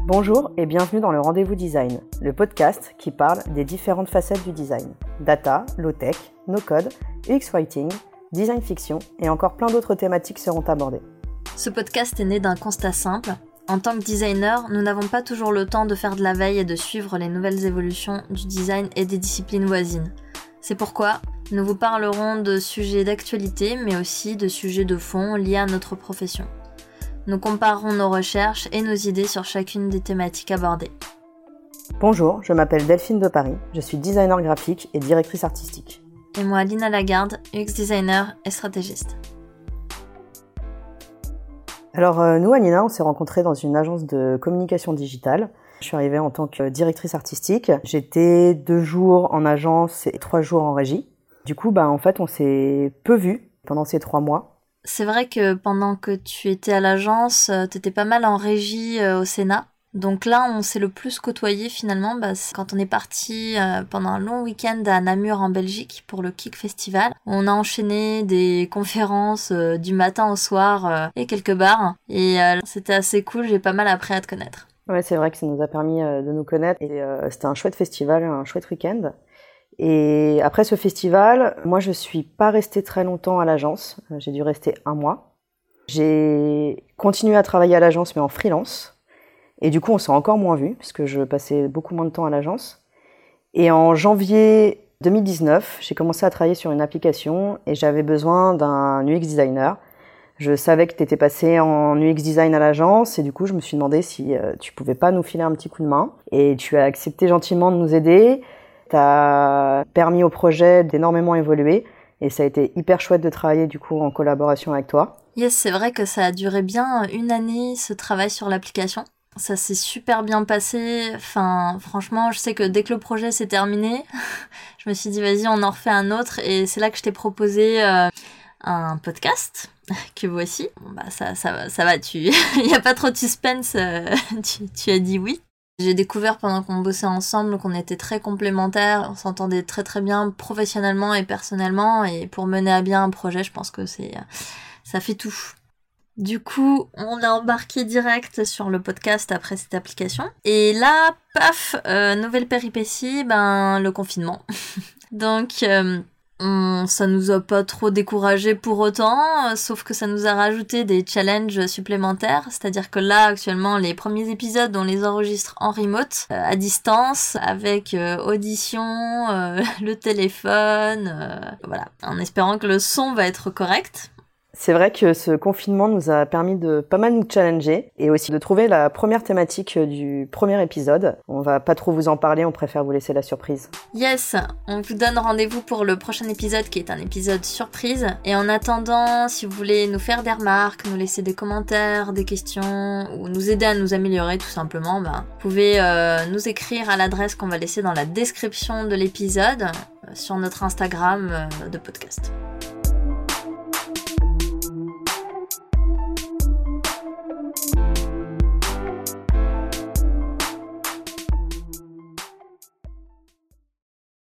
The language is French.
Bonjour et bienvenue dans le Rendez-vous Design, le podcast qui parle des différentes facettes du design. Data, low-tech, no-code, UX writing, design fiction et encore plein d'autres thématiques seront abordées. Ce podcast est né d'un constat simple. En tant que designer, nous n'avons pas toujours le temps de faire de la veille et de suivre les nouvelles évolutions du design et des disciplines voisines. C'est pourquoi nous vous parlerons de sujets d'actualité, mais aussi de sujets de fond liés à notre profession. Nous comparerons nos recherches et nos idées sur chacune des thématiques abordées. Bonjour, je m'appelle Delphine de Paris, je suis designer graphique et directrice artistique. Et moi, Lina Lagarde, UX designer et stratégiste. Alors nous, Anina, on s'est rencontrés dans une agence de communication digitale. Je suis arrivée en tant que directrice artistique. J'étais 2 jours en agence et 3 jours en régie. Du coup, en fait, on s'est peu vus pendant ces 3 mois. C'est vrai que pendant que tu étais à l'agence, t'étais pas mal en régie au Sénat. Donc là, on s'est le plus côtoyé finalement, c'est quand on est parti pendant un long week-end à Namur en Belgique pour le Kick Festival. On a enchaîné des conférences du matin au soir et quelques bars. Et c'était assez cool, j'ai pas mal appris à te connaître. Ouais, c'est vrai que ça nous a permis de nous connaître et c'était un chouette festival, un chouette week-end. Et après ce festival, moi je suis pas restée très longtemps à l'agence, j'ai dû rester 1 mois. J'ai continué à travailler à l'agence mais en freelance. Et du coup on s'est encore moins vus puisque je passais beaucoup moins de temps à l'agence. Et en janvier 2019, j'ai commencé à travailler sur une application et j'avais besoin d'un UX designer. Je savais que tu étais passé en UX design à l'agence et du coup je me suis demandé si tu pouvais pas nous filer un petit coup de main. Et tu as accepté gentiment de nous aider. T'as permis au projet d'énormément évoluer et ça a été hyper chouette de travailler du coup en collaboration avec toi. Yes, c'est vrai que ça a duré bien 1 année ce travail sur l'application. Ça s'est super bien passé. Enfin, franchement, je sais que dès que le projet s'est terminé, je me suis dit vas-y, on en refait un autre et c'est là que je t'ai proposé un podcast que voici. Ça va, il y a pas trop de suspense, tu as dit oui. J'ai découvert pendant qu'on bossait ensemble qu'on était très complémentaires, on s'entendait très très bien professionnellement et personnellement et pour mener à bien un projet, je pense que ça fait tout. Du coup, on a embarqué direct sur le podcast après cette application. Et là, paf, nouvelle péripétie, le confinement. Donc, ça nous a pas trop découragés pour autant, sauf que ça nous a rajouté des challenges supplémentaires. C'est-à-dire que là, actuellement, les premiers épisodes, on les enregistre en remote, à distance, avec audition, le téléphone, voilà, en espérant que le son va être correct. C'est vrai que ce confinement nous a permis de pas mal nous challenger et aussi de trouver la première thématique du premier épisode. On va pas trop vous en parler, on préfère vous laisser la surprise. Yes, on vous donne rendez-vous pour le prochain épisode qui est un épisode surprise. Et en attendant, si vous voulez nous faire des remarques, nous laisser des commentaires, des questions ou nous aider à nous améliorer tout simplement, vous pouvez nous écrire à l'adresse qu'on va laisser dans la description de l'épisode sur notre Instagram de podcast.